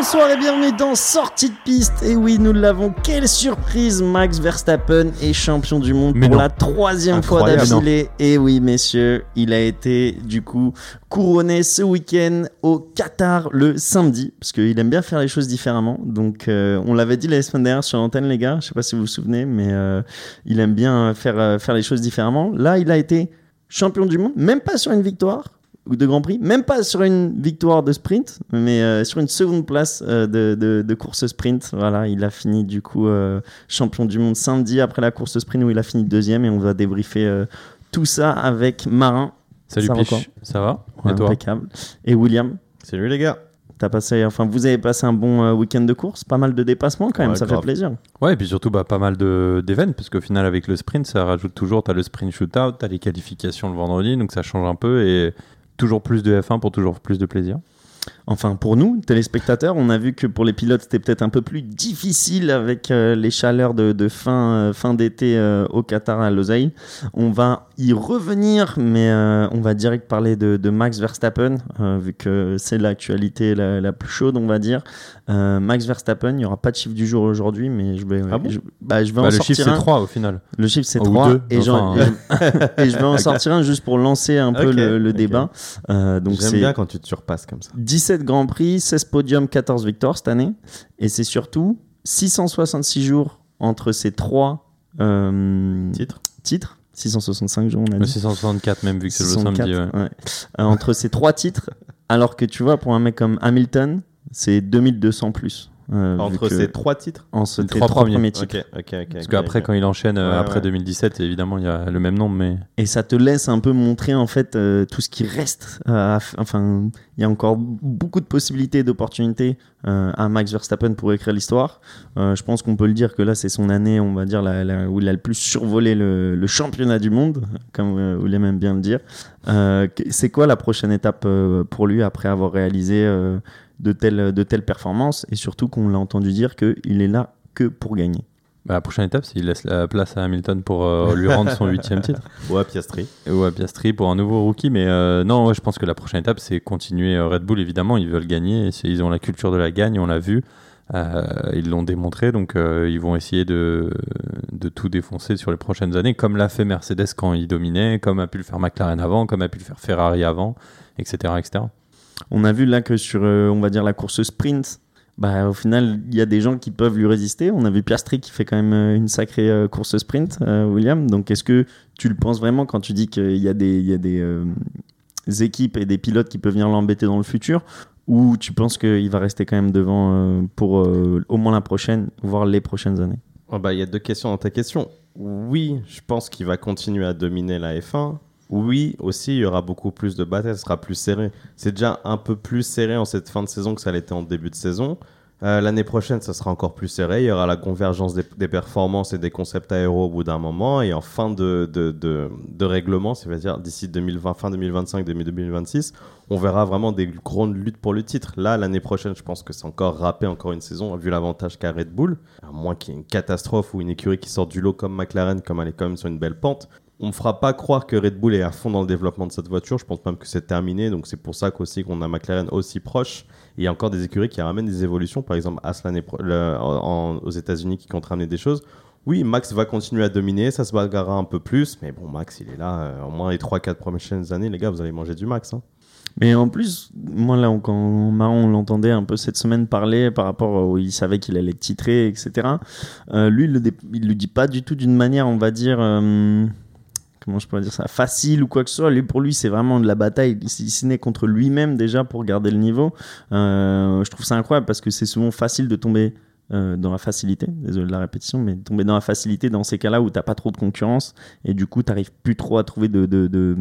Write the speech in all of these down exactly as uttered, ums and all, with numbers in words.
Bonsoir et bienvenue dans Sortie de piste. Et oui, nous l'avons. Quelle surprise, Max Verstappen est champion du monde Mais pour non. la troisième Incroyable, fois d'affilée. Et oui, messieurs, il a été du coup couronné ce week-end au Qatar le samedi, parce qu'il aime bien faire les choses différemment. Donc, euh, on l'avait dit la semaine dernière sur l'antenne, les gars. Je sais pas si vous vous souvenez, mais euh, il aime bien faire euh, faire les choses différemment. Là, il a été champion du monde, même pas sur une victoire ou de Grand Prix, même pas sur une victoire de sprint, mais euh, sur une seconde place euh, de, de, de course sprint. Voilà, il a fini du coup euh, champion du monde samedi après la course sprint où il a fini deuxième, et on va débriefer euh, tout ça avec Marin. Salut ça Piche, va, ça va ouais, et toi? Impeccable. Et William. Salut les gars. T'as passé, enfin, vous avez passé un bon euh, week-end de course, pas mal de dépassements quand même, Ouais, ça grave. fait plaisir. Ouais, et puis surtout bah, pas mal de, d'événements, parce qu'au final avec le sprint ça rajoute toujours, t'as le sprint shootout, t'as les qualifications le vendredi, donc ça change un peu et toujours plus de F un pour toujours plus de plaisir. Enfin, pour nous, téléspectateurs, on a vu que pour les pilotes, c'était peut-être un peu plus difficile avec euh, les chaleurs de, de fin, euh, fin d'été euh, au Qatar à Losail. On va y revenir, mais euh, on va direct parler de, de Max Verstappen, euh, vu que c'est l'actualité la, la plus chaude, on va dire. Euh, Max Verstappen, il n'y aura pas de chiffre du jour aujourd'hui, mais je vais, Ah bon je, bah, je vais Bah, en le sortir chiffre c'est un. trois au final. Le chiffre c'est Ou trois, deux, et, j'en- enfin, et je vais en sortir un juste pour lancer un peu Ok, le, le ok. débat. Euh, donc J'aime c'est bien quand tu te surpasses comme ça. dix-sept Grands Prix, seize podiums, quatorze victoires cette année. Et c'est surtout six cent soixante-six jours entre ces trois euh, Titre. titres. six cent soixante-cinq jours, on a Le dit. six cent soixante-quatre même vu que c'est le soixante-quatre, samedi. Ouais. ouais. Euh, entre ces trois titres, alors que tu vois, pour un mec comme Hamilton, c'est deux mille deux cents plus. Euh, vu Entre que- ces trois titres. en ce- Les ces trois trois premiers. premiers titres. Ok, ok, ok. Parce ok, qu'après ok. quand il enchaîne euh, Ouais, après ouais. deux mille dix-sept évidemment il y a le même nombre mais Et ça te laisse un peu montrer en fait euh, tout ce qui reste. euh, à f- enfin, il y a encore beaucoup de possibilités, d'opportunités euh, à Max Verstappen pour écrire l'histoire. Euh, je pense qu'on peut le dire que là, c'est son année, on va dire, la, la- où il a le plus survolé le, le championnat du monde, comme euh, William aime bien le dire. Euh, que- c'est quoi la prochaine étape euh, pour lui après avoir réalisé euh, de telles, de telles performances, et surtout qu'on l'a entendu dire qu'il est là que pour gagner. bah, la prochaine étape c'est qu'il laisse la place à Hamilton pour euh, lui rendre son huitième titre. Ouais, Piastri. Ou à Piastri pour un nouveau rookie, mais euh, non, ouais, je pense que la prochaine étape, c'est continuer euh, Red Bull, évidemment, ils veulent gagner, et c'est- ils ont la culture de la gagne, on l'a vu, euh, ils l'ont démontré, donc euh, ils vont essayer de, de tout défoncer sur les prochaines années, comme l'a fait Mercedes quand il dominait, comme a pu le faire McLaren avant, comme a pu le faire Ferrari avant, et cetera et cetera. On a vu là que sur, euh, on va dire, la course sprint, bah, au final, il y a des gens qui peuvent lui résister. On a vu Piastri qui fait quand même euh, une sacrée euh, course sprint, euh, William. Donc, est-ce que tu le penses vraiment quand tu dis qu'il y a des, il y a des euh, équipes et des pilotes qui peuvent venir l'embêter dans le futur, ou tu penses qu'il va rester quand même devant euh, pour euh, au moins la prochaine, voire les prochaines années? Oh, bah, il y a deux questions dans ta question. Oui, je pense qu'il va continuer à dominer la F un. Oui, aussi, il y aura beaucoup plus de batailles, ce sera plus serré. C'est déjà un peu plus serré en cette fin de saison que ça l'était en début de saison. Euh, l'année prochaine, ça sera encore plus serré. Il y aura la convergence des, des performances et des concepts aéros au bout d'un moment. Et en fin de, de, de, de règlement, c'est-à-dire d'ici deux mille vingt, fin deux mille vingt-cinq, deux mille vingt-six, on verra vraiment des grandes luttes pour le titre. Là, l'année prochaine, je pense que c'est encore râpé encore une saison, vu l'avantage qu'a Red Bull. À moins qu'il y ait une catastrophe ou une écurie qui sort du lot comme McLaren, comme elle est quand même sur une belle pente. On ne fera pas croire que Red Bull est à fond dans le développement de cette voiture. Je pense même que c'est terminé. Donc c'est pour ça qu'aussi qu'on a McLaren aussi proche. Et il y a encore des écuries qui ramènent des évolutions. Par exemple, As l'année pro- le- en- aux États-Unis qui comptent ramener des choses. Oui, Max va continuer à dominer. Ça se bagarrera un peu plus. Mais bon, Max, il est là. Euh, au moins les trois quatre prochaines années, les gars, vous allez manger du Max. Hein. Mais en plus, moi là, on- quand Maron, on l'entendait un peu cette semaine parler par rapport où il savait qu'il allait titrer, et cetera. Euh, lui, il le, dé- il le dit pas du tout d'une manière, on va dire, euh, comment je pourrais dire ça, facile ou quoi que ce soit. Lui, pour lui, c'est vraiment de la bataille, si ce n'est contre lui-même déjà pour garder le niveau. Euh, je trouve ça incroyable parce que c'est souvent facile de tomber euh, dans la facilité, désolé de la répétition, mais tomber dans la facilité dans ces cas-là où t'as pas trop de concurrence et du coup, t'arrives plus trop à trouver de... de, de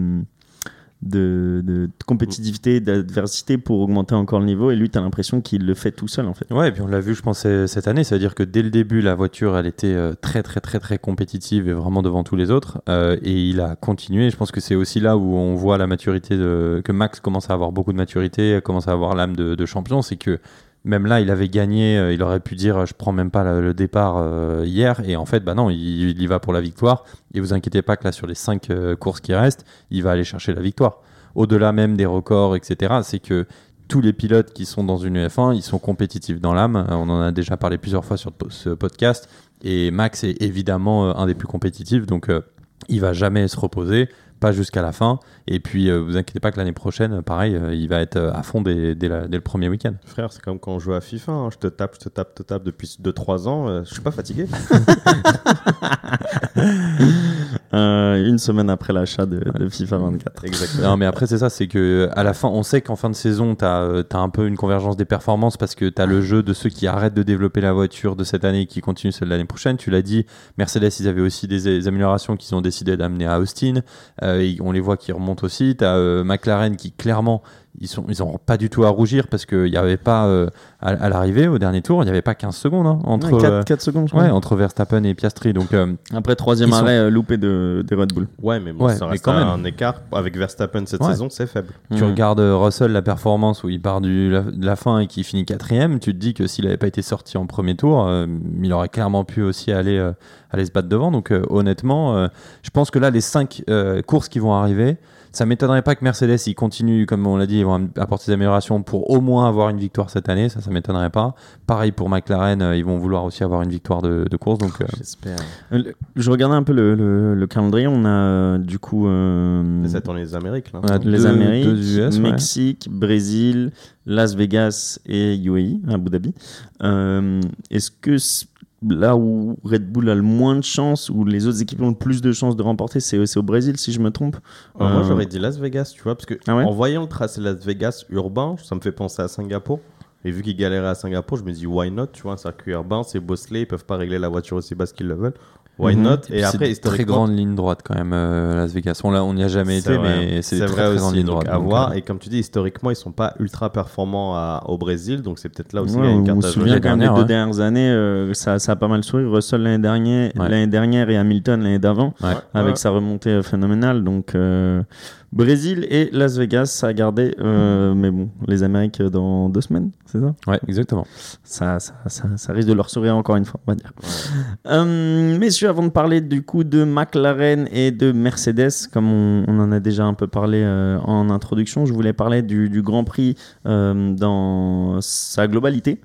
De, de compétitivité, d'adversité pour augmenter encore le niveau, et lui t'as l'impression qu'il le fait tout seul en fait. Ouais, et puis on l'a vu, je pense, euh, cette année, c'est-à-dire que dès le début, la voiture, elle était euh, très, très, très, très compétitive et vraiment devant tous les autres, euh, et il a continué. Je pense que c'est aussi là où on voit la maturité, de... que Max commence à avoir beaucoup de maturité, commence à avoir l'âme de, de champion, c'est que même là, il avait gagné, euh, il aurait pu dire je prends même pas le, le départ euh, hier, et en fait, bah non, il, il y va pour la victoire. Et vous inquiétez pas que là, sur les cinq euh, courses qui restent, il va aller chercher la victoire. Au-delà même des records, et cetera, c'est que tous les pilotes qui sont dans une F un, ils sont compétitifs dans l'âme. Euh, on en a déjà parlé plusieurs fois sur ce podcast. Et Max est évidemment euh, un des plus compétitifs, donc euh, il va jamais se reposer, pas jusqu'à la fin. Et puis, euh, vous inquiétez pas que l'année prochaine, pareil, euh, il va être euh, à fond dès, dès, la, dès le premier week-end. Frère, c'est comme quand on joue à FIFA. Hein. Je te tape, je te tape, je te tape depuis deux trois ans. Euh, je suis pas fatigué. euh, une semaine après l'achat de, de FIFA vingt-quatre. Exactement. Non, mais après, c'est ça, c'est que à la fin, on sait qu'en fin de saison, tu as euh, un peu une convergence des performances parce que tu as le jeu de ceux qui arrêtent de développer la voiture de cette année et qui continuent celle de l'année prochaine. Tu l'as dit, Mercedes, ils avaient aussi des, des améliorations qu'ils ont décidé d'amener à Austin. Euh, et on les voit qui remontent aussi. Tu as euh, McLaren qui, clairement, ils sont ils ont pas du tout à rougir parce qu'il n'y avait pas euh, à, à l'arrivée au dernier tour il n'y avait pas quinze secondes hein, entre ouais, quatre, euh, quatre secondes je crois. Ouais, entre Verstappen et Piastri donc euh, après troisième arrêt sont... euh, loupé de, de Red Bull. Ouais mais bon ouais, ça mais reste quand même un écart avec Verstappen cette ouais. saison c'est faible. Tu mmh. regardes Russell la performance où il part du, la, de la fin et qui finit quatrième, tu te dis que s'il n'avait pas été sorti en premier tour euh, il aurait clairement pu aussi aller, euh, aller se battre devant donc euh, honnêtement euh, je pense que là les cinq euh, courses qui vont arriver ça m'étonnerait pas que Mercedes ils continuent comme on l'a dit ils vont apporter des améliorations pour au moins avoir une victoire cette année ça ça m'étonnerait pas pareil pour McLaren euh, ils vont vouloir aussi avoir une victoire de, de course donc euh... j'espère. Je regardais un peu le, le, le calendrier on a euh, du coup euh... les attend les Amériques là. On a deux, les Amériques deux U S, Mexique ouais. Brésil Las Vegas et U A E Abu Dhabi euh, est-ce que là où Red Bull a le moins de chance, où les autres équipes ont le plus de chances de remporter, c'est, c'est au Brésil, si je me trompe. Euh, euh... Moi, j'aurais dit Las Vegas, tu vois, parce que ah ouais en voyant le tracé Las Vegas urbain, ça me fait penser à Singapour. Et vu qu'ils galéraient à Singapour, je me dis why not, tu vois, un circuit urbain, c'est bosselé, ils peuvent pas régler la voiture aussi basse qu'ils le veulent. Why mm-hmm. not? Et, et après, c'est une très grande ligne droite quand même, euh, Las Vegas. On n'y a jamais c'est été, vrai. mais c'est, c'est très, vrai très aussi, grande ligne droite. À voir. Et comme tu dis, historiquement, ils sont pas ultra performants à, au Brésil, donc c'est peut-être là aussi ouais, il y a une carte on à se souvient quand même des dernière, deux ouais. dernières années, euh, ça, ça a pas mal souri. Russell l'année dernière, ouais. l'année dernière et Hamilton l'année d'avant, ouais. avec ouais. sa remontée phénoménale. Donc euh, Brésil et Las Vegas, ça a gardé. Euh, mais bon, les Amériques dans deux semaines, c'est ça? Ouais, exactement. Ça, ça, ça, ça risque de leur sourire encore une fois, on va dire. Ouais. Euh, messieurs, avant de parler du coup de McLaren et de Mercedes, comme on, on en a déjà un peu parlé euh, en introduction, je voulais parler du, du Grand Prix euh, dans sa globalité.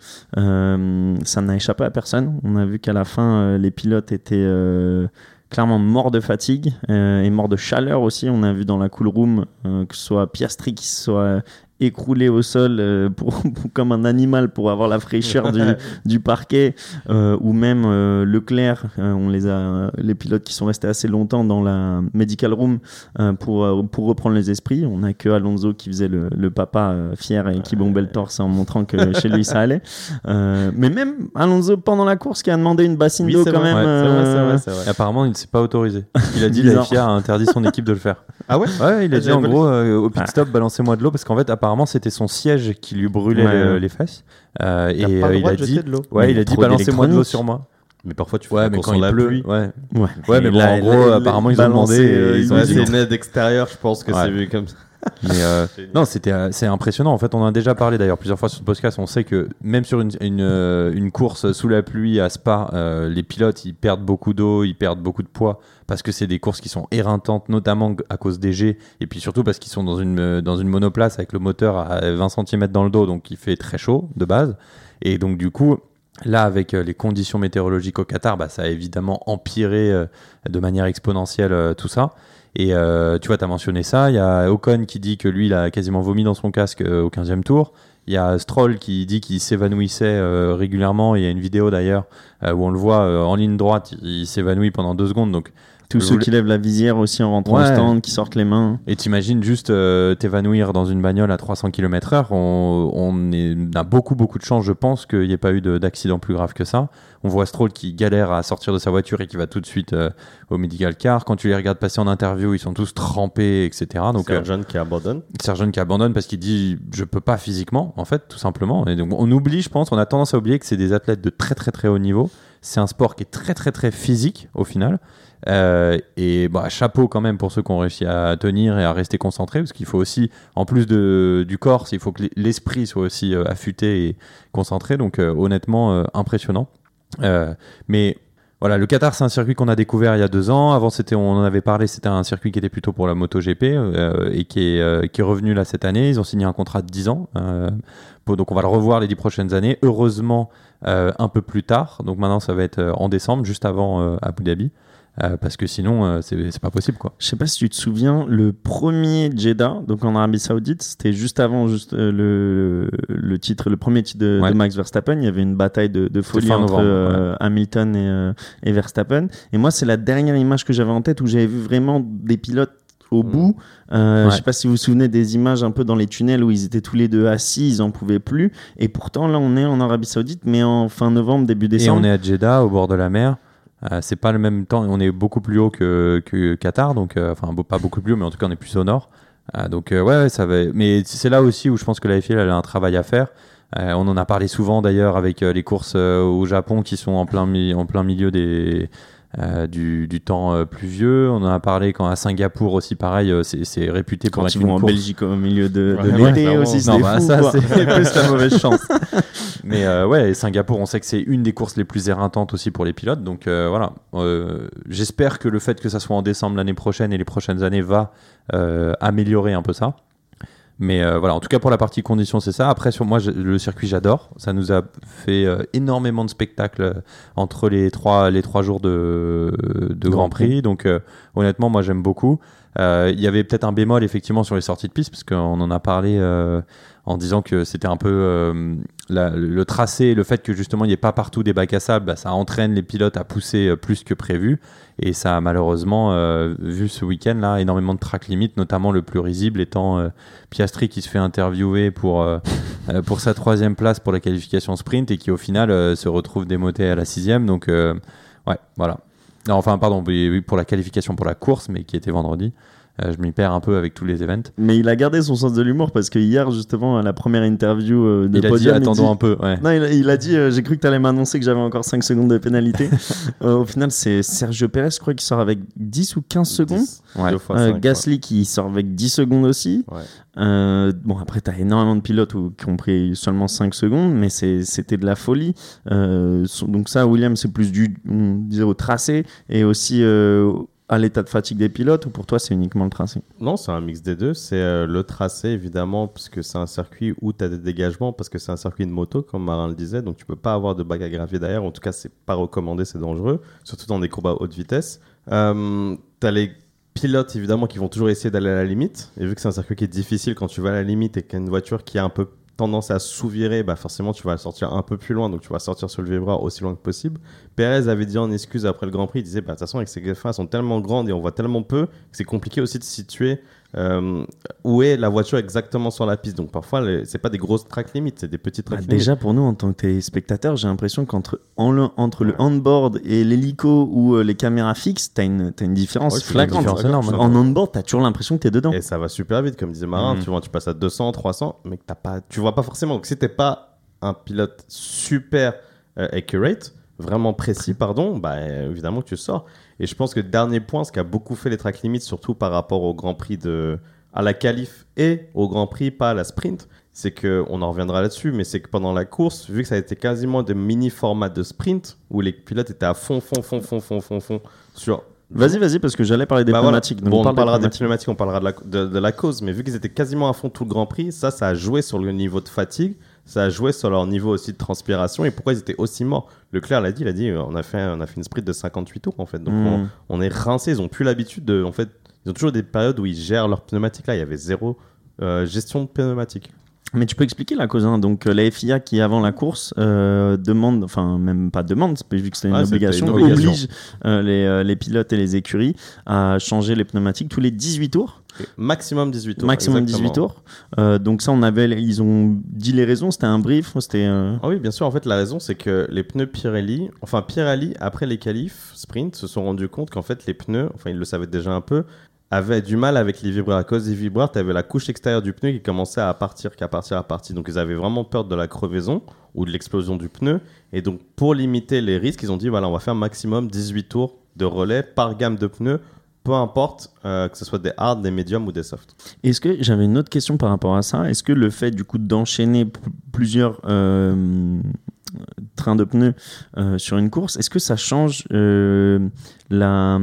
Euh, ça n'a échappé à personne. On a vu qu'à la fin, euh, les pilotes étaient euh, clairement morts de fatigue euh, et morts de chaleur aussi. On a vu dans la cool room euh, que ce soit Piastri qui soit écroulé au sol euh, pour, pour, comme un animal pour avoir la fraîcheur du, du parquet euh, ou même euh, Leclerc euh, on les a les pilotes qui sont restés assez longtemps dans la medical room euh, pour, euh, pour reprendre les esprits. On n'a que Alonso qui faisait le, le papa euh, fier et qui bombait le torse en montrant que chez lui ça allait euh, mais même Alonso pendant la course qui a demandé une bassine oui, d'eau quand vrai, même ouais, euh... c'est vrai, c'est vrai, c'est vrai. Apparemment il ne s'est pas autorisé il a dit la F I A a interdit son équipe de le faire. Ah ouais, ouais il a dit en gros euh, au pit stop balancez-moi de l'eau parce qu'en fait apparemment c'était son siège qui lui brûlait ouais. le, les fesses euh, et euh, il a dit de l'eau. ouais il a dit balancez-moi de l'eau sur moi. Mais parfois tu fais ouais mais quand il la pleut pluie. ouais ouais, ouais mais bon là, en gros là, apparemment là, ils ont demandé euh, ils ont ouais, dit c'est une aide extérieure je pense que ouais. c'est vu comme ça. Mais euh, non, c'était euh, c'est impressionnant. En fait, on en a déjà parlé d'ailleurs plusieurs fois sur ce podcast. On sait que même sur une une, euh, une course sous la pluie à Spa, euh, les pilotes ils perdent beaucoup d'eau, ils perdent beaucoup de poids parce que c'est des courses qui sont éreintantes, notamment à cause des jets et puis surtout parce qu'ils sont dans une dans une monoplace avec le moteur à vingt centimètres dans le dos, donc il fait très chaud de base. Et donc du coup. Là, avec euh, les conditions météorologiques au Qatar, bah, ça a évidemment empiré euh, de manière exponentielle euh, tout ça. Et euh, tu vois, tu as mentionné ça. Il y a Ocon qui dit que lui, il a quasiment vomi dans son casque euh, au quinzième tour. Il y a Stroll qui dit qu'il s'évanouissait euh, régulièrement. Il y a une vidéo d'ailleurs euh, où on le voit euh, en ligne droite, il, il s'évanouit pendant deux secondes. Donc, tous ceux qui lèvent la visière aussi en rentrant ouais. au stand, qui sortent les mains. Et t'imagines juste euh, t'évanouir dans une bagnole à trois cents kilomètres heure. On, on, est, on a beaucoup, beaucoup de chance, je pense, qu'il n'y ait pas eu de, d'accident plus grave que ça. On voit Stroll qui galère à sortir de sa voiture et qui va tout de suite euh, au medical car. Quand tu les regardes passer en interview, ils sont tous trempés, et cetera. Donc, Sargent euh, qui abandonne. Sargent qui abandonne parce qu'il dit « je peux pas physiquement », en fait, tout simplement. Et donc, on oublie, je pense, on a tendance à oublier que c'est des athlètes de très, très, très haut niveau. C'est un sport qui est très, très, très physique, au final. Euh, et bah, chapeau quand même pour ceux qui ont réussi à tenir et à rester concentrés, parce qu'il faut aussi, en plus de, du corps, il faut que l'esprit soit aussi euh, affûté et concentré. Donc, euh, honnêtement, euh, impressionnant. Euh, mais Voilà, le Qatar, c'est un circuit qu'on a découvert il y a deux ans. Avant, c'était, on en avait parlé, c'était un circuit qui était plutôt pour la MotoGP euh, et qui est, euh, qui est revenu là cette année. Ils ont signé un contrat de dix ans. Euh, pour, donc, on va le revoir les dix prochaines années. Heureusement, euh, un peu plus tard. Donc, maintenant, ça va être en décembre, juste avant euh, Abu Dhabi. Euh, parce que sinon, euh, c'est, c'est pas possible, quoi. Je sais pas si tu te souviens, le premier Jeddah, donc en Arabie Saoudite, c'était juste avant juste, euh, le, le titre, le premier titre de, Ouais. de Max Verstappen. Il y avait une bataille de, de folie fin entre novembre, euh, ouais. Hamilton et, euh, et Verstappen. Et moi, c'est la dernière image que j'avais en tête où j'avais vu vraiment des pilotes au Mmh. bout. Euh, Ouais. Je sais pas si vous vous souvenez des images un peu dans les tunnels où ils étaient tous les deux assis, ils en pouvaient plus. Et pourtant, là, on est en Arabie Saoudite, mais en fin novembre, début Et décembre. on est à Jeddah, au bord de la mer. Euh, c'est pas le même temps, on est beaucoup plus haut que, que Qatar, donc euh, enfin pas beaucoup plus haut, mais en tout cas on est plus au nord. Euh, donc euh, ouais, ouais, ça va. Mais c'est là aussi où je pense que la F I A elle a un travail à faire. Euh, on en a parlé souvent d'ailleurs avec euh, les courses euh, au Japon qui sont en plein mi- en plein milieu des euh, du, du temps euh, pluvieux. On en a parlé quand à Singapour aussi, pareil, euh, c'est, c'est réputé pour Quand être ils une vont en course. Belgique au milieu de, de Ouais, l'été clairement. aussi, c'est Non, des bah, fous, ça, quoi. c'est plus la mauvaise chance. Mais euh, ouais, et Singapour, on sait que c'est une des courses les plus éreintantes aussi pour les pilotes. Donc euh, voilà, euh, j'espère que le fait que ça soit en décembre l'année prochaine et les prochaines années va euh, améliorer un peu ça. Mais euh, voilà, en tout cas pour la partie conditions, c'est ça. Après, sur moi, je- le circuit, j'adore. Ça nous a fait euh, énormément de spectacles euh, entre les trois, les trois jours de, de Grand Prix. Donc euh, honnêtement, moi, j'aime beaucoup. Euh, Il y avait peut-être un bémol effectivement sur les sorties de piste, parce qu'on en a parlé euh, en disant que c'était un peu euh, la- le tracé, le fait que justement il n'y ait pas partout des bacs à sable, bah, ça entraîne les pilotes à pousser euh, plus que prévu. Et ça a malheureusement euh, vu ce week-end là énormément de track limit, notamment le plus risible étant euh, Piastri qui se fait interviewer pour, euh, euh, pour sa troisième place pour la qualification sprint et qui au final euh, se retrouve démoté à la sixième. Donc euh, ouais, voilà. Non, enfin pardon, oui, oui, pour la qualification pour la course, mais qui était vendredi. Euh, je m'y perds un peu avec tous les events. Mais il a gardé son sens de l'humour parce que hier, justement, à la première interview euh, de Il a dit Podium, attendons dit- un peu. Ouais. Non, il a, il a dit euh, j'ai cru que tu allais m'annoncer que j'avais encore cinq secondes de pénalité. Euh, au final, c'est Sergio Pérez, je crois, qui sort avec dix ou quinze secondes. dix, Ouais. deux fois Euh, cinq, Gasly qui sort avec dix secondes aussi. ouais. Ouais. Euh, bon, après, tu as énormément de pilotes où- qui ont pris seulement cinq secondes, mais c'est, c'était de la folie. Euh, so- donc, ça, William, c'est plus du on disait, au tracé et aussi euh, à l'état de fatigue des pilotes, ou pour toi, c'est uniquement le tracé? Non, c'est un mix des deux. C'est euh, le tracé, évidemment, parce que c'est un circuit où tu as des dégagements, parce que c'est un circuit de moto, comme Marin le disait, donc tu peux pas avoir de bac à gravier derrière. En tout cas, c'est pas recommandé, c'est dangereux, surtout dans des courbes à haute vitesse. Euh, tu as les pilotes, évidemment, qui vont toujours essayer d'aller à la limite. Et vu que c'est un circuit qui est difficile, quand tu vas à la limite et qu'il y a une voiture qui a un peu tendance à sous-virer, bah forcément, tu vas sortir un peu plus loin, donc tu vas sortir sur le vibreur aussi loin que possible. Pérez avait dit en excuse après le Grand Prix, il disait, bah, de toute façon, avec ces F un, elles sont tellement grandes et on voit tellement peu que c'est compliqué aussi de situer euh, où est la voiture exactement sur la piste. Donc parfois, les, c'est pas des grosses track limites, c'est des petites track Bah, limites. déjà, pour nous, en tant que téléspectateurs, j'ai l'impression qu'entre en le- entre le handboard et l'hélico ou euh, les caméras fixes, t'as une, t'as une différence Ouais, c'est une flagrante. différence énorme, hein. En handboard, t'as toujours l'impression que t'es dedans. Et ça va super vite, comme disait Marin. Mhm. Tu vois, tu passes à deux cents, trois cents, mais que t'as pas, tu vois pas forcément. Donc si t'es pas un pilote super euh, accurate, vraiment précis, pardon, bah euh, évidemment que tu sors. Et je pense que dernier point, ce qui a beaucoup fait les track limits, surtout par rapport au Grand Prix de, à la qualif et au Grand Prix, pas à la sprint, c'est que on en reviendra là-dessus, mais c'est que pendant la course, vu que ça a été quasiment des mini formats de sprint où les pilotes étaient à fond, fond, fond, fond, fond, fond, fond sur. Vas-y, vas-y, parce que j'allais parler des Bah voilà. pneumatiques. donc Bon, on parle des parlera des pneumatiques. pneumatiques, on parlera de la, de, de la cause, mais vu qu'ils étaient quasiment à fond tout le Grand Prix, ça, ça a joué sur le niveau de fatigue, ça a joué sur leur niveau aussi de transpiration et pourquoi ils étaient aussi morts. Leclerc l'a dit, il a dit, on a fait, on a fait une sprint de cinquante-huit tours en fait, donc Mm. on, on est rincés, ils ont plus l'habitude de, en fait, ils ont toujours des périodes où ils gèrent leurs pneumatiques. Là, il y avait zéro euh, gestion de pneumatiques. Mais tu peux expliquer la cause. Hein. Donc, euh, la F I A qui, avant la course, euh, demande, enfin, même pas demande, c'est- vu que c'était une, Ah, c'était obligation, une obligation. oblige euh, les, euh, les pilotes et les écuries à changer les pneumatiques tous les dix-huit tours. Et maximum dix-huit tours. Maximum exactement. dix-huit tours. Euh, donc, ça, on avait, ils ont dit les raisons, c'était un brief, c'était. euh, Ah oui, bien sûr. En fait, la raison, c'est que les pneus Pirelli, enfin Pirelli, après les qualifs sprint, se sont rendus compte qu'en fait, les pneus, enfin, ils le savaient déjà un peu, avaient du mal avec les vibreurs. À cause des vibreurs, tu avais la couche extérieure du pneu qui commençait à partir, qu'à partir, à partir. Donc, ils avaient vraiment peur de la crevaison ou de l'explosion du pneu. Et donc, pour limiter les risques, ils ont dit, voilà, on va faire maximum dix-huit tours de relais par gamme de pneus, peu importe euh, que ce soit des hard, des médiums ou des soft. Est-ce que j'avais une autre question par rapport à ça? Est-ce que le fait du coup d'enchaîner p- plusieurs euh, train de pneus euh, sur une course, est-ce que ça change euh, la,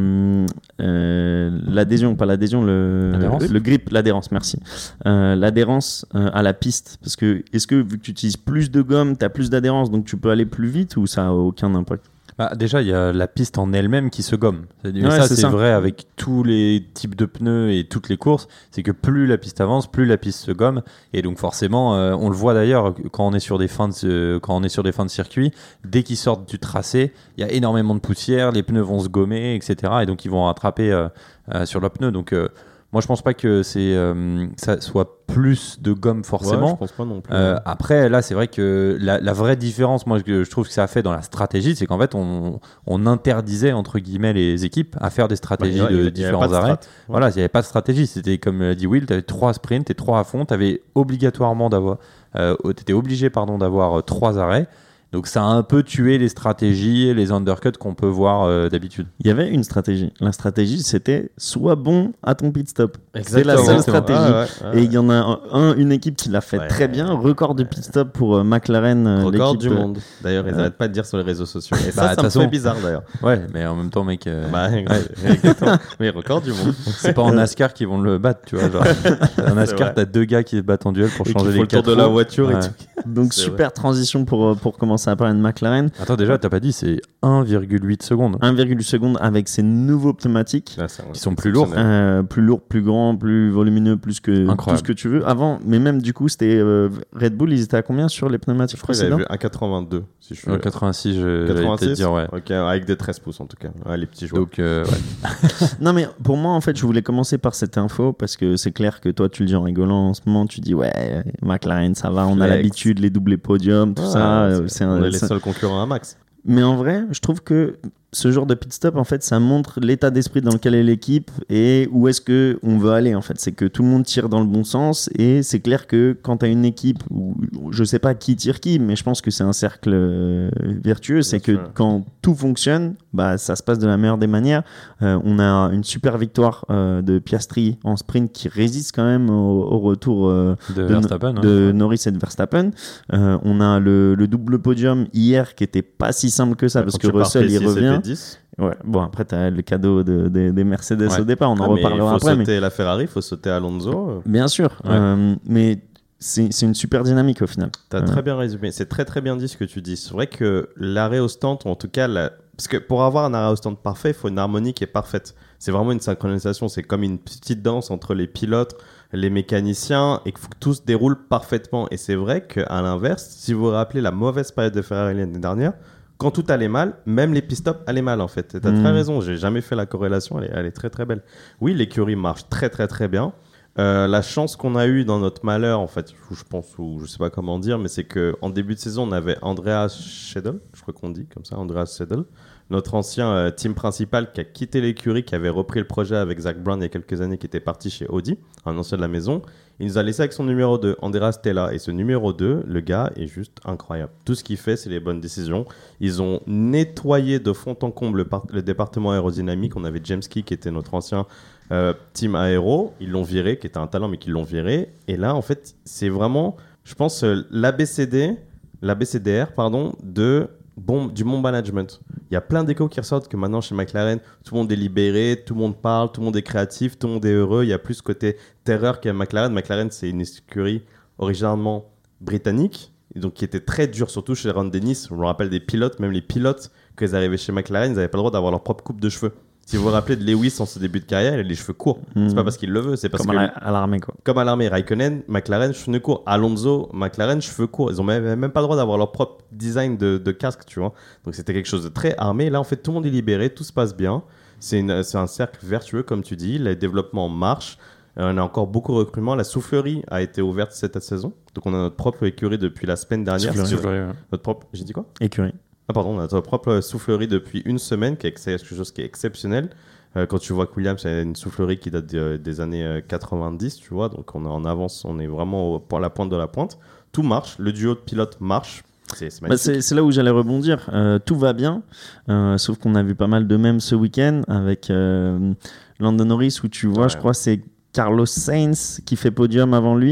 euh, l'adhésion, pas l'adhésion, le, L'adhérence. le grip, l'adhérence, merci. Euh, l'adhérence euh, à la piste. Parce que, est-ce que vu que tu utilises plus de gomme, tu as plus d'adhérence, donc tu peux aller plus vite ou ça n'a aucun impact? Bah, déjà, il y a la piste en elle-même qui se gomme. C'est-à-dire, Ouais, ça, c'est c'est ça. vrai avec tous les types de pneus et toutes les courses. C'est que plus la piste avance, plus la piste se gomme. Et donc, forcément, euh, on le voit d'ailleurs quand on est sur des fins de, euh, quand on est sur des fins de circuit. Dès qu'ils sortent du tracé, il y a énormément de poussière. Les pneus vont se gommer, et cetera. Et donc, ils vont rattraper euh, euh, sur leurs pneus. Donc, euh, moi, je pense pas que c'est, euh, ça soit plus de gomme forcément. Ouais, je pense pas non plus. Euh, après, là, c'est vrai que la, la vraie différence, moi, que je trouve que ça a fait dans la stratégie, c'est qu'en fait, on, on interdisait, entre guillemets, les équipes à faire des stratégies Bah, il y a- de il y avait différents pas de arrêts. strat. Ouais. Voilà, il n'y avait pas de stratégie. C'était comme l'a dit Will, tu avais trois sprints et trois à fond. Tu avais obligatoirement d'avoir, euh, tu étais obligé, pardon, d'avoir euh, trois arrêts. Donc, ça a un peu tué les stratégies et les undercuts qu'on peut voir euh, d'habitude. Il y avait une stratégie. La stratégie, c'était sois bon à ton pit stop. C'est la Exactement. seule Exactement. stratégie. Ah, ouais, ouais. Et il y en a un, un- une équipe qui l'a fait Ouais. très bien. Record de pit stop pour euh, McLaren. euh, Record l'équipe, du euh, monde. D'ailleurs, ils euh, n'arrêtent pas de dire sur les réseaux sociaux. Et Bah, ça, de ça me toute façon- fait bizarre d'ailleurs. Ouais, mais en même temps, mec, euh, Bah, exactement. Mais record du monde. c'est pas en NASCAR qu'ils vont le battre, tu vois. Genre. En NASCAR, vrai. t'as deux gars qui se battent en duel pour Et qui changer font les le tour quatre de la roues. voiture et Ouais. tout. Donc C'est super transition pour, euh, pour commencer à parler de McLaren. Attends, déjà, t'as pas dit, c'est un virgule huit secondes. un virgule huit secondes avec ses nouveaux pneumatiques. Là, c'est- Qui sont plus lourds. exceptionnel. Euh, plus lourd, plus grand, plus volumineux, plus que tout Incroyable. ce que tu veux. Avant, mais même du coup, c'était euh, Red Bull, ils étaient à combien sur les pneumatiques Je crois que j'avais précédents? vu un quatre-vingt-deux. Si je suis Euh, quatre-vingt-six, je j'allais quatre-vingt-six. peut-être dire, ouais. Ok, avec des treize pouces en tout cas. Ouais, les petits joueurs. Donc, euh, ouais. Non, mais pour moi, en fait, je voulais commencer par cette info parce que c'est clair que toi, tu le dis en rigolant en ce moment, tu dis ouais, McLaren, ça va, on a Flex. l'habitude, les doublés podiums, tout Ouais, ça. euh, c'est- c'est un- on est les c'est- seuls concurrents à Max. Mais en vrai, je trouve que ce genre de pit stop, en fait, ça montre l'état d'esprit dans lequel est l'équipe et où est-ce que on veut aller. En fait, c'est que tout le monde tire dans le bon sens et c'est clair que quand tu as une équipe où je sais pas qui tire qui, mais je pense que c'est un cercle euh, vertueux. C'est que sûr. quand tout fonctionne, bah ça se passe de la meilleure des manières. Euh, on a une super victoire euh, de Piastri en sprint qui résiste quand même au, au retour. Euh, de, de, Verstappen. hein. de Norris et de Verstappen. Euh, on a le, le double podium hier qui était pas si simple que ça parce Quand que tu pars Russell P il six, revient. c'était dix. Ouais. Bon après t'as le cadeau de, de- des Mercedes Ouais. au départ, on en Ah, mais reparlera il faut après. Mais... sauter la Ferrari, il faut sauter Alonso. Bien sûr, Ouais. euh, mais c'est c'est une super dynamique au final. T'as Euh, très bien résumé. C'est très très bien dit ce que tu dis. C'est vrai que l'arrêt au stand, ou en tout cas, la... parce que pour avoir un arrêt au stand parfait, il faut une harmonie qui est parfaite. C'est vraiment une synchronisation. C'est comme une petite danse entre les pilotes, les mécaniciens, et qu'il faut que tout se déroule parfaitement. Et c'est vrai qu'à l'inverse, si vous vous rappelez la mauvaise période de Ferrari l'année dernière, quand tout allait mal, même les pit-stops allaient mal en fait. T'as Mm. très raison, j'ai jamais fait la corrélation, elle est, elle est très très belle. Oui, l'écurie marche très très très bien. Euh, la chance qu'on a eue dans notre malheur, en fait, ou je pense, ou je sais pas comment dire, mais c'est qu'en début de saison, on avait Andreas Seidel, je crois qu'on dit comme ça, Andreas Seidel, notre ancien euh, team principal qui a quitté l'écurie, qui avait repris le projet avec Zach Brown il y a quelques années, qui était parti chez Audi, un ancien de la maison. Il nous a laissé avec son numéro deux, Andreas Stella. Et ce numéro deux, le gars est juste incroyable. Tout ce qu'il fait, c'est les bonnes décisions. Ils ont nettoyé de fond en comble le, par- le département aérodynamique. On avait James Key, qui était notre ancien euh, team aéro. Ils l'ont viré, qui était un talent, mais qu'ils l'ont viré. Et là, en fait, c'est vraiment, je pense, euh, l'A B C D, l'A B C D R, pardon, de bon, du bon management. Il y a plein d'échos qui ressortent que maintenant chez McLaren, tout le monde est libéré, tout le monde parle, tout le monde est créatif, tout le monde est heureux. Il y a plus ce côté terreur qu'à McLaren. McLaren, c'est une écurie originalement britannique, et donc qui était très dure, surtout chez Ron Dennis. On me rappelle des pilotes, même les pilotes, quand ils arrivaient chez McLaren, ils n'avaient pas le droit d'avoir leur propre coupe de cheveux. Si vous vous rappelez de Lewis en ce début de carrière, il a les cheveux courts. Mm. C'est pas parce qu'il le veut, c'est parce comme que à la- à l'armée quoi. comme à l'armée, Raikkonen, McLaren, cheveux courts. Alonso, McLaren, cheveux courts. Ils ont même, même pas le droit d'avoir leur propre design de, de casque, tu vois. Donc c'était quelque chose de très armé. Là, en fait, tout le monde est libéré, tout se passe bien. C'est une- c'est un cercle vertueux, comme tu dis. Le développement marche. Euh, on a encore beaucoup de recrutements. La soufflerie a été ouverte cette saison. Donc on a notre propre écurie depuis la semaine dernière. Soufflerie. C'est- Soufflerie, ouais. Notre propre... J'ai dit quoi? Écurie. Ah pardon, on a notre propre soufflerie depuis une semaine, qui est quelque chose qui est exceptionnel. Euh, quand tu vois que Williams, c'est une soufflerie qui date de- des années euh, quatre-vingt-dix, tu vois, donc on est en avance, on est vraiment au- pour la pointe de la pointe. Tout marche, le duo de pilotes marche. C'est c'est Bah, magnifique. c'est c'est là où j'allais rebondir. Euh, tout va bien, euh, sauf qu'on a vu pas mal de mèmes ce week-end avec euh, Lando Norris où tu vois, Ouais. je crois, c'est Carlos Sainz qui fait podium avant lui.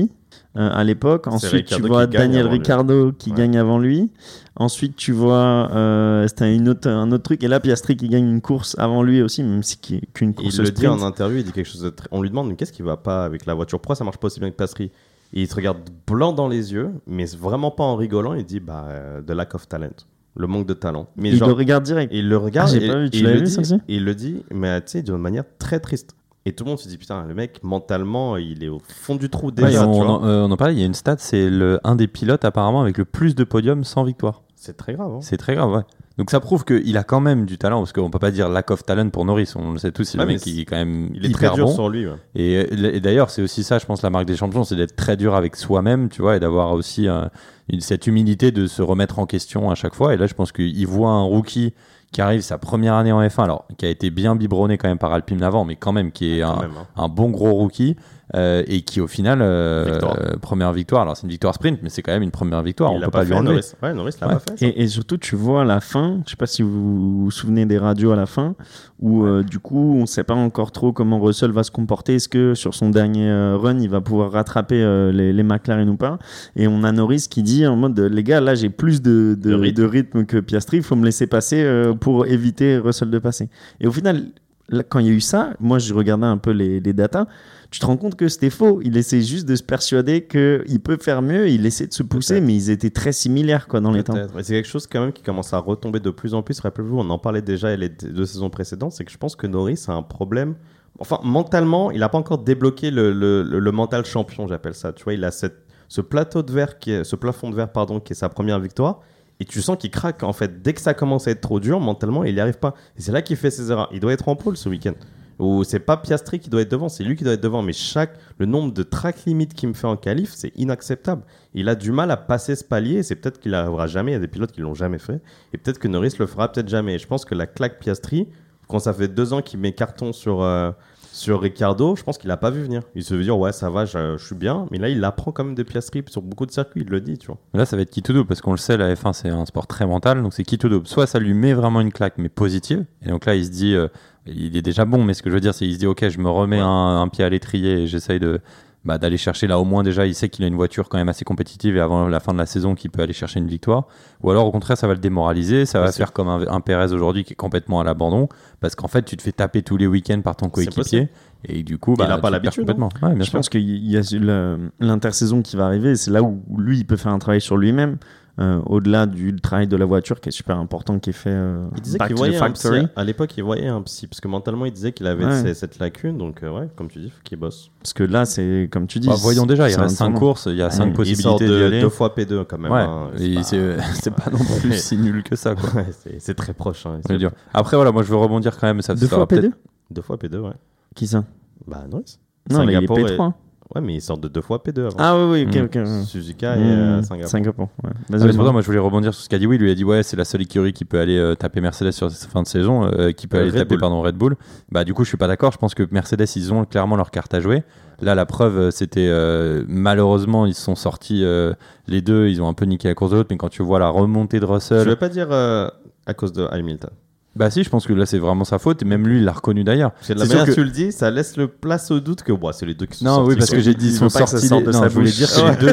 euh, à l'époque. C'est Ensuite, Ricciardo tu vois qui gagne Daniel avant lui. Ricciardo qui Ouais. gagne avant lui. Ensuite, tu vois, euh, c'était une autre, un autre truc. Et là, Piastri qui gagne une course avant lui aussi, même si qui- qu'une Et course il le dit en sprint. interview, il dit quelque chose de très... On lui demande mais qu'est-ce qui va pas avec la voiture. Pourquoi ça marche pas aussi bien que Piastri? Et il te regarde blanc dans les yeux, mais vraiment pas en rigolant. Il dit bah euh, the lack of talent, le manque de talent. Mais Il genre, le regarde direct. et il le regarde Ah, j'ai et, pas vu. et Tu il l'avais le vu, dit, ça aussi et il le dit, mais tu sais, d'une manière très triste. Et tout le monde se dit putain, le mec mentalement, il est au fond du trou Ouais, déjà. on, tu on vois. en, euh, on en parlait, il y a une stat, c'est le, un des pilotes apparemment avec le plus de podiums sans victoire. C'est très grave. Hein. C'est très grave, ouais. Donc ça prouve qu'il a quand même du talent, parce qu'on peut pas dire lack of talent pour Norris, on le sait tous, c'est Ouais, le mais mec qui est quand même Il est hyper très dur bon. sur lui. Ouais. Et, et d'ailleurs, c'est aussi ça, je pense, la marque des champions, c'est d'être très dur avec soi-même, tu vois, et d'avoir aussi euh, une, cette humilité de se remettre en question à chaque fois. Et là, je pense qu'il voit un rookie qui arrive sa première année en F un, alors qui a été bien biberonné quand même par Alpine avant, mais quand même qui est Quand un, même, hein. un bon gros rookie. Euh, et qui au final euh, Victoire. euh, première victoire, alors c'est une victoire sprint mais c'est quand même une première victoire, Il on l'a peut pas, lui fait, enlever. Norris. Ouais, Norris l'a Ouais. pas fait. ça. Et, et surtout, tu vois à la fin, je sais pas si vous vous souvenez des radios à la fin, où euh, du coup, on sait pas encore trop comment Russell va se comporter. Est-ce que sur son dernier euh, run, il va pouvoir rattraper euh, les, les McLaren ou pas? Et on a Norris qui dit en mode, les gars, là, j'ai plus de, de, De rythme. de rythme que Piastri, il faut me laisser passer euh, pour éviter Russell de passer. Et au final, là, quand il y a eu ça, moi, je regardais un peu les, les datas. Tu te rends compte que c'était faux. Il essaie juste de se persuader qu'il peut faire mieux. Il essaie de se pousser, Peut-être. mais ils étaient très similaires quoi, dans les temps. Peut-être. Mais c'est quelque chose quand même qui commence à retomber de plus en plus. Rappelez-vous, on en parlait déjà les deux saisons précédentes, c'est que je pense que Norris a un problème. Enfin, mentalement, il n'a pas encore débloqué le, le, le, le mental champion, j'appelle ça. Tu vois, il a cette, ce plateau de verre, qui est, ce plafond de verre, pardon, qui est sa première victoire. Et tu sens qu'il craque, en fait. Dès que ça commence à être trop dur, mentalement, il n'y arrive pas. Et c'est là qu'il fait ses erreurs. Il doit être en pôle ce week-end. Ou c'est pas Piastri qui doit être devant, c'est lui qui doit être devant. Mais chaque, le nombre de track limites qu'il me fait en qualif, c'est inacceptable. Il a du mal à passer ce palier. C'est peut-être qu'il n'arrivera jamais. Il y a des pilotes qui l'ont jamais fait. Et peut-être que Norris le fera peut-être jamais. Et je pense que la claque Piastri, quand ça fait deux ans qu'il met carton sur, euh, sur Ricciardo, je pense qu'il n'a pas vu venir. Il se veut dire, ouais, ça va, je, je suis bien. Mais là, il apprend quand même de Piastri sur beaucoup de circuits. Il le dit, tu vois. Là, ça va être qui tout double parce qu'on le sait, la F un c'est un sport très mental, donc c'est qui tout double. Soit ça lui met vraiment une claque, mais positive, et donc là il se dit, euh, il est déjà bon, mais ce que je veux dire, c'est qu'il se dit, ok, je me remets Ouais. un, un pied à l'étrier et j'essaye de bah, d'aller chercher là au moins déjà, il sait qu'il a une voiture quand même assez compétitive et avant la fin de la saison qu'il peut aller chercher une victoire. Ou alors au contraire, ça va le démoraliser, ça va Possible. faire comme un, un Pérez aujourd'hui qui est complètement à l'abandon parce qu'en fait tu te fais taper tous les week-ends par ton C'est coéquipier possible. et du coup, bah, Il a pas tu perds l'habitude, complètement. Ouais, bien Je sûr. pense qu'il y a le- l'intersaison qui va arriver. C'est là où lui, il peut faire un travail sur lui-même, euh, au-delà du travail de la voiture qui est super important, qui est fait euh, Il disait back qu'il to the voyait un psy. factory. À l'époque, il voyait un psy. Parce que mentalement, il disait qu'il avait Ouais. ces- cette lacune. Donc, euh, ouais, comme tu dis, il faut qu'il bosse. Parce que là, c'est comme tu dis. Bah, voyons déjà, il c'est un reste cinq tournant. courses, il y a cinq Ouais. Il possibilités sort d'y de aller. deux fois P deux quand même. Ouais, hein. et pas- c'est c'est pas non plus si nul que ça, quoi. Ouais, c'est- c'est très proche. hein. Je veux dire. Après, voilà, moi je veux rebondir quand même. Ça, Deux ça fois va peut-être- P deux Deux fois P deux, ouais. Qui ça? Bah, Norris. Non, là, il est Singapour P trois. Ouais, mais il sort de deux fois P deux avant. Ah oui, oui, ok, Mm. ok. ouais. Suzuka et euh, Mm, Singapour. Singapour, ouais. Ah, Vas-y, mais c'est pour moi. ça, moi je voulais rebondir sur ce qu'a dit. Oui, il lui a dit ouais, c'est la seule écurie qui peut aller euh, taper Mercedes sur cette fin de saison, euh, qui peut Euh, aller Red taper Bull. pardon Red Bull. Bah du coup, je suis pas d'accord. Je pense que Mercedes, ils ont clairement leur carte à jouer. Là, la preuve, euh, c'était euh, malheureusement, ils se sont sortis euh, les deux. Ils ont un peu niqué la course de l'autre. Mais quand tu vois la remontée de Je Russell, vais pas dire euh, à cause de Hamilton. bah si, je pense que là c'est vraiment sa faute. Et même lui, il l'a reconnu d'ailleurs. Parce que de la C'est sûr manière que- que tu le dis, ça laisse le place au doute que bon, c'est les deux qui sont Non, sortis. oui, parce quoi. que j'ai dit Il ils sont veut pas que ça sortis. sorte les- de non, sa je voulais bouche. dire c'est les deux.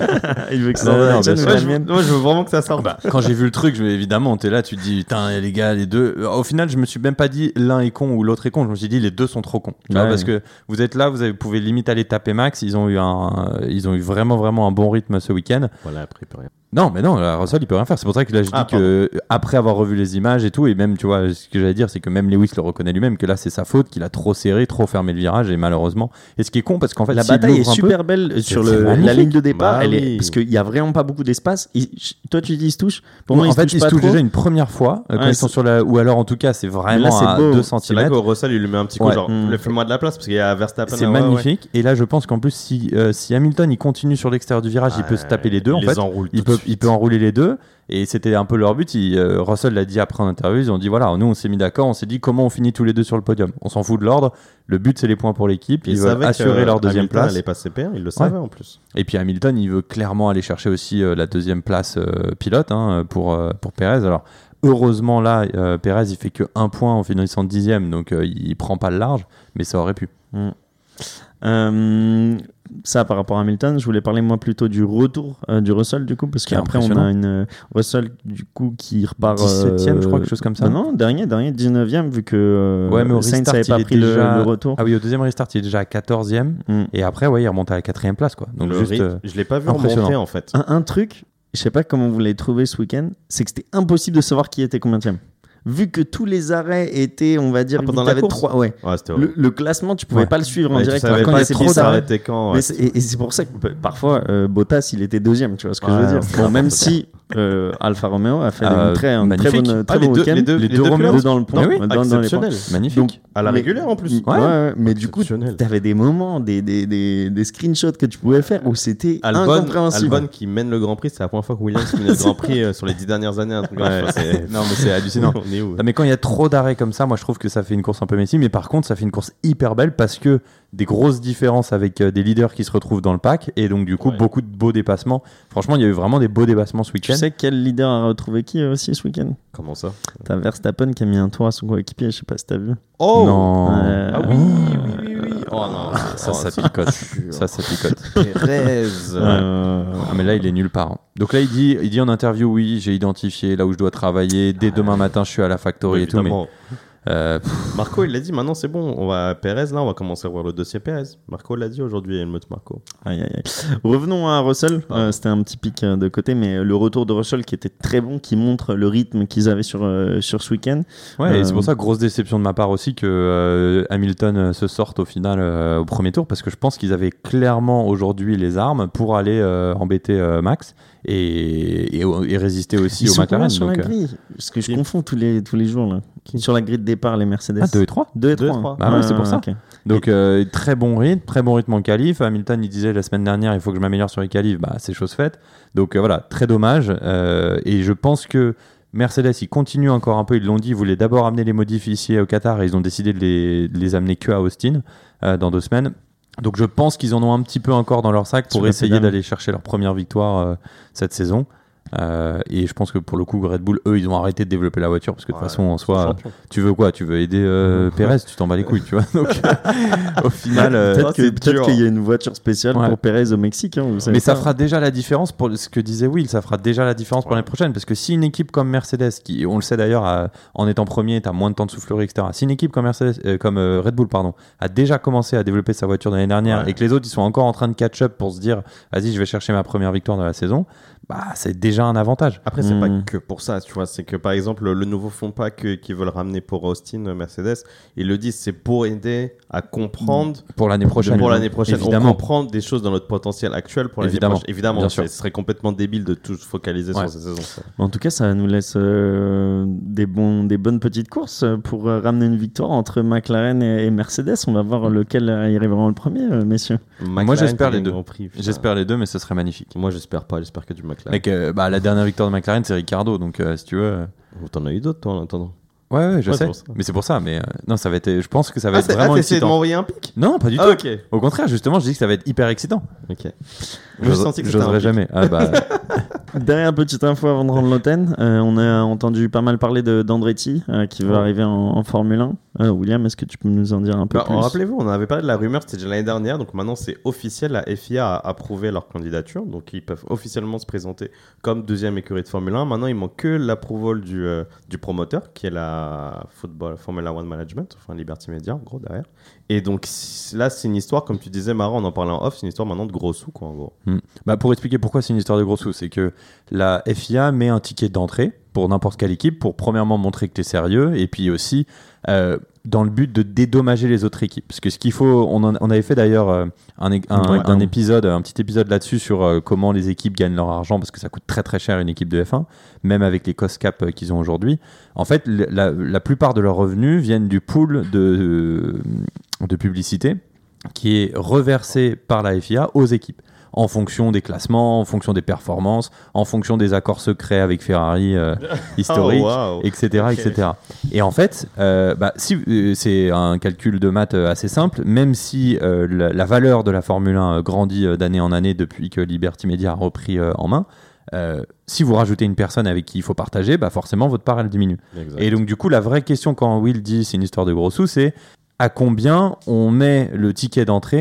Il veut que ça Non, non, sorte de la bien tienne, sûr. mais Ouais, la je, mienne. moi, je veux vraiment que ça sorte. Bah, quand j'ai vu le truc, je, évidemment, t'es là, tu te dis, putain, les gars, les deux. Au final, je me suis même pas dit l'un est con ou l'autre est con. Je me suis dit, les deux sont trop cons. Tu vois, Ouais. parce que vous êtes là, vous avez, pouvez limite aller taper max. Ils ont eu un, euh, ils ont eu vraiment, vraiment un bon rythme ce week-end. Voilà, après, il peut rien. Non, mais non, là, Russell, il peut rien faire. C'est pour ça que là, je dis Ah, que après avoir revu les images et tout, et même, tu vois, ce que j'allais dire, c'est que même Lewis le reconnaît lui-même, que là, c'est sa faute, qu'il a trop serré, trop fermé le virage, et malheureusement. Et ce qui est con, parce qu'en fait, La s'il bataille est l'ouvre un peu- super belle sur c'est le, magnifique. la ligne de départ. Bah elle oui. est, parce qu'il n'y a vraiment pas beaucoup d'espace. Il- Toi, tu dis ils se touchent. Pour moi, en ils se fait, touchent ils se pas touchent trop. déjà une première fois, euh, quand Ouais, ils sont c'est- sur la. Ou alors, en tout cas, c'est vraiment là, c'est à beau. deux C'est là centimètres. que Russell, il lui met un petit coup, Ouais. genre, Mm. le fais-moi de la place, parce qu'il y a Verstappen. C'est là, ouais, ouais. magnifique. Et là, je pense qu'en plus, si, euh, si Hamilton il continue sur l'extérieur du virage, il peut se taper les deux. Il En les fait, enroule il tout de peut, suite. il peut enrouler les deux. Et c'était un peu leur but. Il, euh, Russell l'a dit après en interview. Ils ont dit voilà, nous on s'est mis d'accord. On s'est dit comment on finit tous les deux sur le podium. On s'en fout de l'ordre. Le but c'est les points pour l'équipe. Il Ils veulent savait assurer que leur deuxième Hamilton place. allait passer P un, il le savait en plus. Et puis Hamilton, il veut clairement aller chercher aussi euh, la deuxième place euh, pilote hein, pour, euh, pour Perez. Alors, heureusement, là, euh, Perez, il fait que un point en finissant dixième, donc euh, il prend pas le large, mais ça aurait pu. Euh, ça par rapport à Hamilton. Je voulais parler moi plutôt du retour euh, du Russell du coup, parce Qui est qu'après on a une euh, Russell du coup qui repart dix-septième, euh, je crois, quelque chose comme ça. Non, non dernier, dernier, dix-neuvième, vu que euh, Ouais, mais au Sainz restart, n'avait pas il est pris déjà... le, le retour. Ah oui, au deuxième restart, il est déjà à quatorzième. Mm. Et après, ouais, il remonte à la quatrième place, quoi. Donc Le juste, rythme, euh, je l'ai pas vu impressionnant. remonter en fait. Un, un truc, je sais pas comment vous l'avez trouvé ce week-end, c'est que c'était impossible de savoir qui était combienième. Vu que tous les arrêts étaient, on va dire, Ah, pendant vu que la t'avais course trois, ouais. Ouais, c'était Le, horrible. le classement, tu pouvais Ouais. pas le suivre en Ouais, tu direct. savais Alors, quand pas il y avait si trop ça d'arrêts. arrêtait quand. Mais ouais. c'est- et, et c'est pour ça que p- parfois euh, Bottas il était deuxième, tu vois ce que je Ouais, veux dire. c'est Bon, même n'importe si euh, Alfa Romeo a fait Euh, une très, un très magnifique. bonne, très Ah, les bon deux- week-end. les deux- Les les deux deux pilotes pilotes dans le point, Ah oui, dans, dans les points. exceptionnel. magnifique. Donc, À la mais- régulière en plus. Ouais, ouais, mais du coup, Exceptionnel. t'avais des moments, des, des, des, des screenshots que tu pouvais faire où c'était Albon, incompréhensible. Albon qui mène le Grand Prix, c'est la première fois que Williams mène le Grand Prix euh, sur les dix dernières années. Un truc comme Ouais, ça. C'est- non, mais c'est hallucinant. On est où Ah, mais quand il y a trop d'arrêts comme ça, moi je trouve que ça fait une course un peu messie, mais par contre ça fait une course hyper belle parce que des grosses différences avec euh, des leaders qui se retrouvent dans le pack et donc du coup Ouais. beaucoup de beaux dépassements. Franchement, il y a eu vraiment des beaux dépassements ce Tu week-end. sais quel leader a retrouvé qui euh, aussi ce week-end? Comment ça T'as Verstappen qui a mis un tour à son coéquipier, je sais pas si t'as vu. Oh Non. Euh, Ah oui, oui, oui, oui. Oh non, Ça, oh, ça c'est picote. sûr. Ça, ça picote. Pérez. euh, Ah, mais là, il est nulle part. hein. Donc là, il dit, il dit en interview, oui, j'ai identifié là où je dois travailler. Dès demain matin, je suis à la factory Oui, et tout. Mais évidemment. euh, pff, Marco, il l'a dit, maintenant c'est bon. On va Pérez, là, on va commencer à voir le dossier Pérez. Marco l'a dit aujourd'hui, Helmut Marco. Aïe, aïe, aïe. Revenons à Russell. Euh, C'était un petit pic euh, de côté, mais le retour de Russell qui était très bon, qui montre le rythme qu'ils avaient sur, euh, sur ce week-end. ouais, et Euh, c'est pour ça grosse déception de ma part aussi que euh, Hamilton euh, se sorte au final euh, au premier tour parce que je pense qu'ils avaient clairement aujourd'hui les armes pour aller euh, embêter euh, Max et, et, et résister aussi Ils au sont McLaren. combien sur la donc, euh, grille? Parce que je Qui- confonds tous les, tous les jours là. Sur la grille de départ, les Mercedes. Ah, deux et trois. deux et Deux et trois. trois. Bah ouais, c'est pour ça. ok. Donc euh, très bon rythme, très bon rythme en qualif. Hamilton il disait la semaine dernière il faut que je m'améliore sur les qualifs, bah c'est chose faite. Donc euh, voilà, très dommage. Euh, et je pense que Mercedes ils continuent encore un peu, ils l'ont dit, ils voulaient d'abord amener les modifs ici au Qatar et ils ont décidé de les, de les amener que à Austin euh, dans deux semaines. Donc je pense qu'ils en ont un petit peu encore dans leur sac pour Sur la essayer pédale. d'aller chercher leur première victoire euh, cette saison. Euh, et je pense que pour le coup Red Bull eux ils ont arrêté de développer la voiture parce que de toute Ouais, façon en soi champion. tu veux quoi, tu veux aider euh, Pérez, tu t'en bats les couilles, tu vois. Donc au final euh, Peut-être Ah, que- c'est peut-être dur. qu'il y a une voiture spéciale Ouais. pour Pérez au Mexique. Hein, vous savez mais ça pas. fera déjà la différence pour ce que disait Will, ça fera déjà la différence pour Ouais. l'année prochaine parce que si une équipe comme Mercedes, qui on le sait d'ailleurs a- en étant premier, t'as moins de temps de soufflerie, et cetera. Si une équipe comme Mercedes, euh, comme euh, Red Bull pardon, a déjà commencé à développer sa voiture de l'année dernière Ouais. et que les autres ils sont encore en train de catch up pour se dire vas-y je vais chercher ma première victoire de la saison, bah c'est déjà un avantage. Après, c'est pas Mm. que pour ça, tu vois. C'est que par exemple, le nouveau fond pack euh, qu'ils veulent ramener pour Austin, euh, Mercedes, ils le disent, c'est pour aider à comprendre Pour l'année prochaine. pour l'année prochaine. Évidemment. On comprend des choses dans notre potentiel actuel pour l'année Évidemment. prochaine. Évidemment, Bien c'est- sûr. ce serait complètement débile de tout se focaliser Ouais. sur cette saison. ça. En tout cas, ça nous laisse euh, des, bons, des bonnes petites courses pour euh, ramener une victoire entre McLaren et, et Mercedes. On va voir lequel euh, y arrivera le premier, euh, messieurs. McLaren j'espère qui les gagne deux. le Grand Prix, putain. J'espère les deux, mais ce serait magnifique. Moi, j'espère pas. J'espère que du McLaren. Mec, euh, bah, la dernière victoire de McLaren, c'est Ricardo, donc euh, si tu veux. euh, Oh, T'en as eu d'autres, toi, en attendant. Ouais, ouais, je Ouais, sais. c'est pour ça. Mais c'est pour ça. Mais euh, non, ça va être. Je pense que ça va Ah, être c'est- vraiment ah, t'essayes de excitant. m'envoyer un pic Non, pas du tout. Ah, ok. Au contraire, justement, je dis que ça va être hyper excitant. Ok. J'ai senti que c'était un J'oserais pic. jamais. Ah bah, Dernière petite info avant de rendre l'antenne. Euh, on a entendu pas mal parler de- d'Andretti euh, qui veut Ouais. arriver en, en Formule un. Euh, William, est-ce que tu peux nous en dire un peu Bah, plus? rappelez-vous, on avait parlé de la rumeur, c'était déjà l'année dernière, donc maintenant c'est officiel, la F I A a approuvé leur candidature, donc ils peuvent officiellement se présenter comme deuxième écurie de Formule un. Maintenant, il manque que l'approval du, euh, du promoteur, qui est la Football Formula One Management, enfin Liberty Media, en gros, derrière. Et donc si- là, c'est une histoire, comme tu disais, Mara, on en parlait en off, c'est une histoire maintenant de gros sous, quoi, en gros. hmm. Bah, pour expliquer pourquoi c'est une histoire de gros sous, c'est que la F I A met un ticket d'entrée pour n'importe quelle équipe pour premièrement montrer que tu es sérieux et puis aussi euh, dans le but de dédommager les autres équipes. Parce que ce qu'il faut, on, en- on avait fait d'ailleurs euh, un, é- un, Ouais, un ouais. épisode, un petit épisode là-dessus sur euh, comment les équipes gagnent leur argent parce que ça coûte très très cher une équipe de F un, même avec les cost cap euh, qu'ils ont aujourd'hui. En fait, le- la, la plupart de leurs revenus viennent du pool de, de publicité qui est reversé par la F I A aux équipes en fonction des classements, en fonction des performances, en fonction des accords secrets avec Ferrari euh, historiques, Oh, wow. et cetera, Ok. et cetera. Et en fait, euh, bah, si, euh, c'est un calcul de maths euh, assez simple, même si euh, la, la valeur de la Formule un euh, grandit euh, d'année en année depuis que Liberty Media a repris euh, en main, euh, si vous rajoutez une personne avec qui il faut partager, bah forcément votre part elle diminue. Exact. Et donc du coup, la vraie question quand Will dit c'est une histoire de gros sous, c'est à combien on met le ticket d'entrée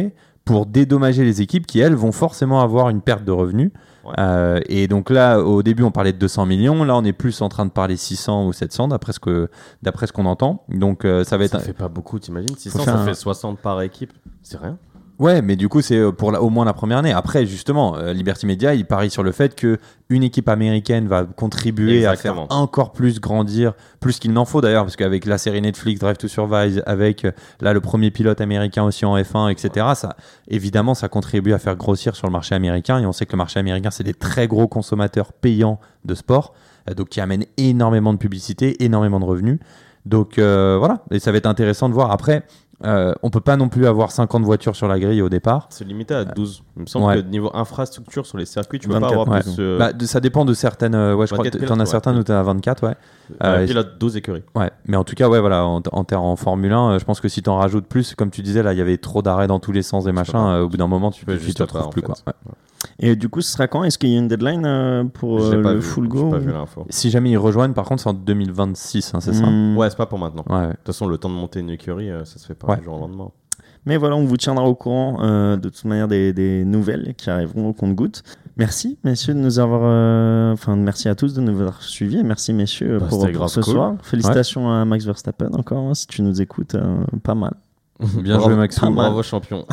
pour dédommager les équipes qui, elles, vont forcément avoir une perte de revenus. Ouais. Euh, et donc là, au début, on parlait de deux cents millions. Là, on est plus en train de parler six cents ou sept cents, d'après ce, que, d'après ce qu'on entend. Donc euh, ça va être... Ça fait pas beaucoup, t'imagines six cents, faire ça un- fait soixante par équipe. C'est rien. Ouais, mais du coup, c'est pour la- au moins la première année. Après, justement, euh, Liberty Media, il parie sur le fait qu'une équipe américaine va contribuer Exactement. à faire encore plus grandir, plus qu'il n'en faut d'ailleurs, parce qu'avec la série Netflix Drive to Survive, avec euh, là le premier pilote américain aussi en F un, et cetera, ça, évidemment, ça contribue à faire grossir sur le marché américain. Et on sait que le marché américain, c'est des très gros consommateurs payants de sport, euh, donc qui amènent énormément de publicité, énormément de revenus. Donc euh, voilà, et ça va être intéressant de voir. Après, euh, on peut pas non plus avoir cinquante voitures sur la grille au départ. C'est limité à douze. Il me semble Ouais. que niveau infrastructure sur les circuits, tu peux vingt-quatre, pas avoir Ouais. plus. euh, Bah, de- ça dépend de certaines. euh, ouais, je crois que vingt-quatre t'en as pilotes, certaines ouais. où t'as vingt-quatre, ouais. euh, euh, pilote douze écuries. Ouais. Mais en tout cas, ouais, voilà, en, en, ter- en Formule un, euh, je pense que si t'en rajoutes plus, comme tu disais, là, il y avait trop d'arrêts dans tous les sens et machin. pas. euh, au bout d'un moment, tu, Tu peux tu juste te pas, retrouves en plus, fait. quoi. Ouais. Et du coup, ce sera quand? Est-ce qu'il y a une deadline euh, pour J'ai euh, pas le vu, full j'ai go pas ou- vu l'info. Si jamais ils rejoignent, par contre, c'est en deux mille vingt-six, hein, c'est ça. Hmm. Ouais, c'est pas pour maintenant. De Ouais, ouais. toute façon, le temps de monter une écurie, euh, ça se fait pas Ouais. du jour au lendemain. Mais voilà, on vous tiendra au courant euh, de toute manière des, des nouvelles qui arriveront au compte-gouttes. Merci, messieurs, de nous avoir. euh, Enfin, merci à tous de nous avoir suivis. Et merci, messieurs, Bah, pour, c'était pour grave ce cool. soir. Félicitations à Max Verstappen encore, hein, si tu nous écoutes, euh, pas mal. Bien joué, Maxou. mal. Bravo, champion.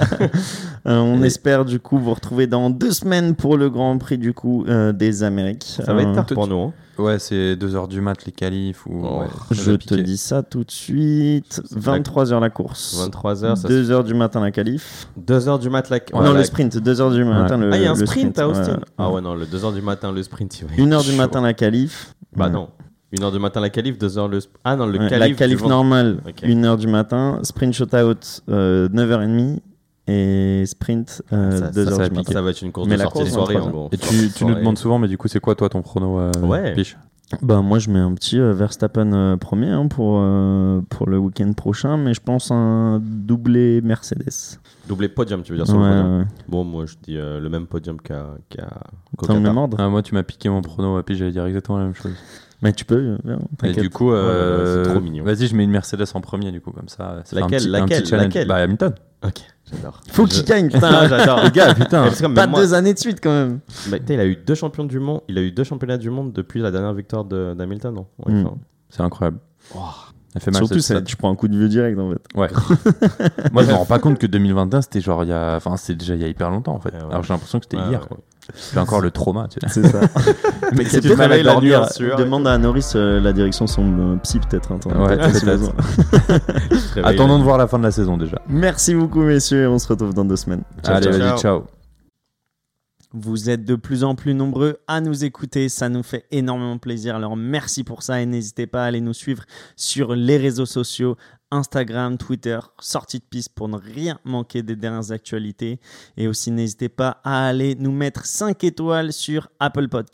Euh, on Et- espère du coup vous retrouver dans deux semaines pour le Grand Prix du coup euh, des Amériques. Ça va être Euh, tard pour nous. Hein. Ouais, c'est deux heures du mat, les qualifs. Ou... Oh, ouais, ça Je va te piquer. dis ça tout de suite. vingt-trois heures la course. vingt-trois heures, ça se- deux heures du matin la qualif. deux heures du mat. La... non, la- le sprint. deux heures du matin le Ah, il y a un le sprint à Austin. ouais. Ah ouais, non, le deux heures du matin, le sprint. il va être une heure du chaud. matin la qualif. Bah Ouais. non. une heure du matin la qualif, deux heures le. sp- Ah non, le Ouais, qualif. la du qualif vend- normale, Ok. une heure du matin. Sprint shootout, euh, neuf heures trente. Et sprint, euh, Ça- deux ça, heures ça va du piquer. matin. Ça va être une course Mais de la sortie course, de soirée vingt-trois en gros. Et tu, tu nous demandes souvent, mais du coup, c'est quoi toi ton prono, euh, Ouais. Piche Bah, moi, je mets un petit euh, Verstappen euh, premier hein, pour, euh, pour le week-end prochain, mais je pense un doublé Mercedes. Doublé podium, tu veux dire sur Ouais, le podium. ouais. Bon, moi je dis euh, le même podium qu'à qu'à qu'au Dans le Qatar. même ordre. Ah, moi, tu m'as piqué mon prono, et puis j'allais dire exactement la même chose. Mais tu peux, euh, bien, Et t'inquiète. du coup, euh, Ouais, ouais, c'est trop mignon. vas-y, je mets une Mercedes en premier, du coup, comme ça. ça fait Laquelle, un petit, un laquelle, petit challenge. laquelle Bah, Hamilton. Ok, j'adore. Faut Je- qu'il gagne, Ah, putain. j'adore. Les gars, putain. Parce que même Pas moi- deux années de suite quand même. Bah, putain, il a eu deux champions du monde. Il a eu deux championnats du monde depuis la dernière victoire de- d'Hamilton, non Ouais, Mm. enfin, C'est incroyable. Ça fait mal. Surtout, cette ça, stat. tu prends un coup de vieux direct en fait. Ouais. Moi, je me rends pas compte que deux mille vingt et un, c'était genre, il y a... enfin, c'est déjà il y a hyper longtemps, en fait. Ouais, ouais. Alors, j'ai l'impression que c'était Ouais, hier, ouais. quoi. C'est encore le trauma, tu sais. C'est ça. Mais c'est c'est peut-être mal à la nuit dormir. en sueur. Demande à Norris euh, la direction de son euh, psy peut-être. Hein, t'en as Ouais, peut-être aussi peut-être. besoin. Il se réveille, Attendons là. de voir la fin de la saison, déjà. Merci beaucoup messieurs et on se retrouve dans deux semaines. Ciao, Allez, ciao. vas-y, ciao. Vous êtes de plus en plus nombreux à nous écouter, ça nous fait énormément plaisir. Alors merci pour ça et n'hésitez pas à aller nous suivre sur les réseaux sociaux, Instagram, Twitter, sortie de piste pour ne rien manquer des dernières actualités. Et aussi n'hésitez pas à aller nous mettre cinq étoiles sur Apple Podcast.